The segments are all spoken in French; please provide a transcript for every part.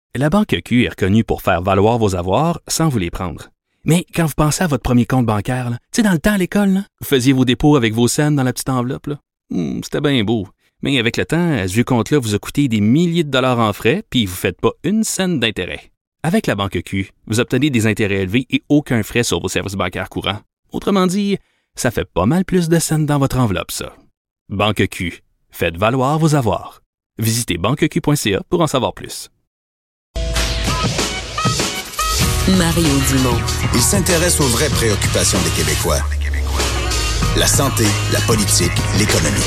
La Banque Q est reconnue pour faire valoir vos avoirs sans vous les prendre. Mais quand vous pensez à votre premier compte bancaire, tu sais, dans le temps à l'école, là, vous faisiez vos dépôts avec vos scènes dans la petite enveloppe. Là. C'était bien beau. Mais avec le temps, ce vieux compte-là vous a coûté des milliers de dollars en frais, puis vous ne faites pas une scène d'intérêt. Avec la Banque Q, vous obtenez des intérêts élevés et aucun frais sur vos services bancaires courants. Autrement dit, ça fait pas mal plus de scènes dans votre enveloppe, ça. Banque Q. Faites valoir vos avoirs. Visitez banqueq.ca pour en savoir plus. Mario Dumont. Il s'intéresse aux vraies préoccupations des Québécois. La santé, la politique, l'économie.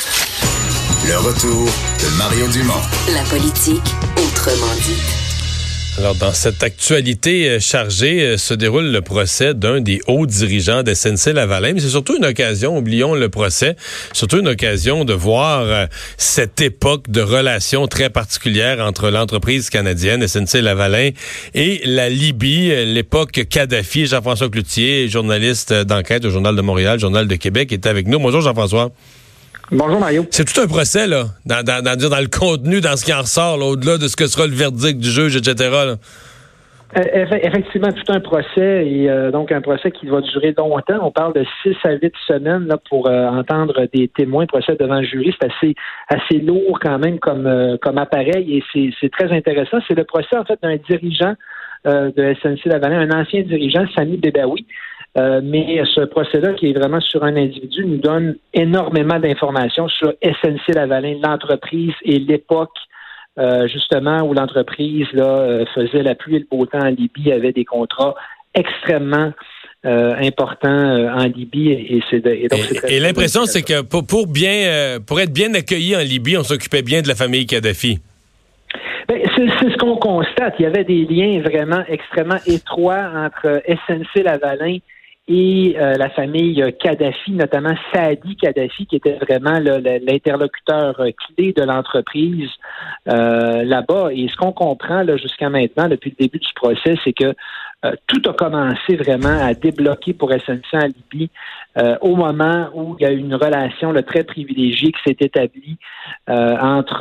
Le retour de Mario Dumont. La politique, autrement dit. Alors, dans cette actualité chargée, se déroule le procès d'un des hauts dirigeants de SNC-Lavalin. Mais c'est surtout une occasion, oublions le procès, surtout une occasion de voir cette époque de relations très particulières entre l'entreprise canadienne SNC-Lavalin et la Libye, l'époque Kadhafi. Jean-François Cloutier, journaliste d'enquête au Journal de Montréal, Journal de Québec, est avec nous. Bonjour Jean-François. Bonjour Mario. C'est tout un procès, là, dans le contenu, dans ce qui en ressort, là, au-delà de ce que sera le verdict du juge, etc. Là. Effectivement, tout un procès, et donc un procès qui va durer longtemps. On parle de 6 à 8 semaines là, pour entendre des témoins, procès devant le jury. C'est assez lourd quand même comme appareil, et c'est très intéressant. C'est le procès, en fait, d'un dirigeant de SNC-Lavalin, un ancien dirigeant, Sami Bebaoui. Mais ce procès-là, qui est vraiment sur un individu, nous donne énormément d'informations sur SNC-Lavalin, l'entreprise et l'époque, justement, où l'entreprise là faisait la pluie et le beau temps en Libye, avait des contrats extrêmement importants en Libye. Et l'impression, c'est que pour être bien accueilli en Libye, on s'occupait bien de la famille Kadhafi. Ben, c'est ce qu'on constate. Il y avait des liens vraiment extrêmement étroits entre SNC-Lavalin et la famille Kadhafi, notamment Saadi Kadhafi, qui était vraiment l'interlocuteur clé de l'entreprise là-bas. Et ce qu'on comprend là, jusqu'à maintenant, depuis le début du procès, c'est que tout a commencé vraiment à débloquer pour SNC en Libye au moment où il y a eu une relation là, très privilégiée qui s'est établie entre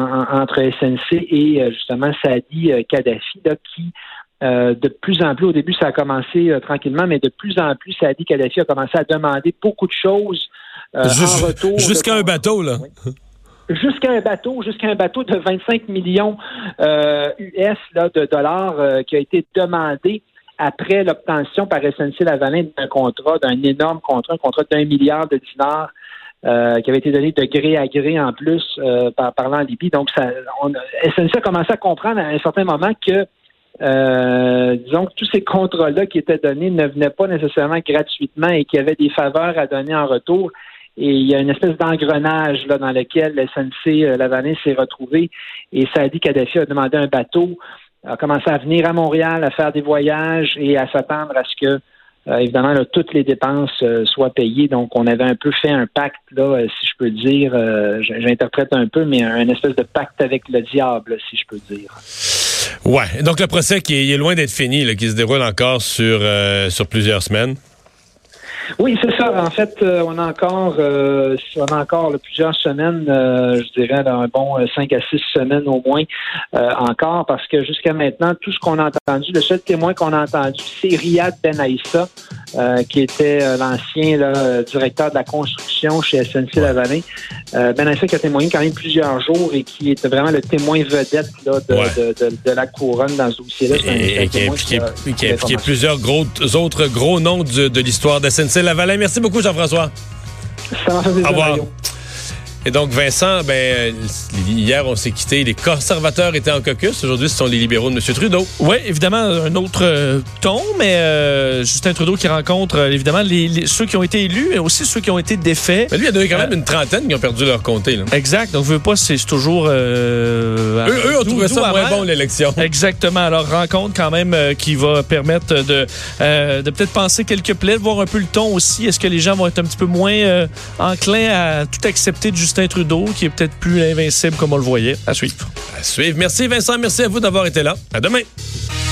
SNC et justement Saadi Kadhafi, là, qui de plus en plus, au début ça a commencé tranquillement, mais de plus en plus, Saadi Kadhafi a commencé à demander beaucoup de choses en retour. Jusqu'à un bateau, là. Oui. Jusqu'à un bateau de 25 millions US là, de dollars qui a été demandé après l'obtention par SNC-Lavalin d'un énorme contrat, un contrat d'1 milliard de dinars qui avait été donné de gré à gré en plus par en Libye. Donc, SNC a commencé à comprendre à un certain moment que disons que tous ces contrats-là qui étaient donnés ne venaient pas nécessairement gratuitement et qu'il y avait des faveurs à donner en retour. Et il y a une espèce d'engrenage là dans lequel le SNC-Lavalin s'est retrouvé. Et Saadi Kadhafi a demandé un bateau, a commencé à venir à Montréal, à faire des voyages et à s'attendre à ce que, évidemment, là, toutes les dépenses soient payées. Donc, on avait un peu fait un pacte, là, si je peux dire, j'interprète un peu, mais un espèce de pacte avec le diable, si je peux dire. Ouais. Donc, le procès qui est loin d'être fini, là, qui se déroule encore sur plusieurs semaines. Oui, c'est ça. En fait, on a encore là, plusieurs semaines, je dirais un bon 5 à 6 semaines au moins encore, parce que jusqu'à maintenant, tout ce qu'on a entendu, le seul témoin qu'on a entendu, c'est Riyad Ben Aïssa, qui était l'ancien là, directeur de la construction chez SNC-Lavalin. Ben Aïssa qui a témoigné quand même plusieurs jours et qui était vraiment le témoin vedette là, de la couronne dans ce dossier-là. Et qui a plusieurs autres gros noms de l'histoire de SNC-Lavalin. Merci beaucoup, Jean-François. Ça m'a fait plaisir. Au revoir. Et donc, Vincent, hier, on s'est quitté. Les conservateurs étaient en caucus. Aujourd'hui, ce sont les libéraux de M. Trudeau. Oui, évidemment, un autre ton, mais Justin Trudeau qui rencontre, évidemment, ceux qui ont été élus, mais aussi ceux qui ont été défaits. Mais lui, il y en a eu quand même une trentaine qui ont perdu leur comté. Là. Exact. Donc, je veux pas, c'est toujours... eux ont trouvé ça moins bon, l'élection. Exactement. Alors, rencontre quand même qui va permettre de peut-être penser quelques plaies, de voir un peu le ton aussi. Est-ce que les gens vont être un petit peu moins enclins à tout accepter de Justin Trudeau, qui est peut-être plus invincible comme on le voyait. À suivre. À suivre. Merci Vincent, merci à vous d'avoir été là. À demain.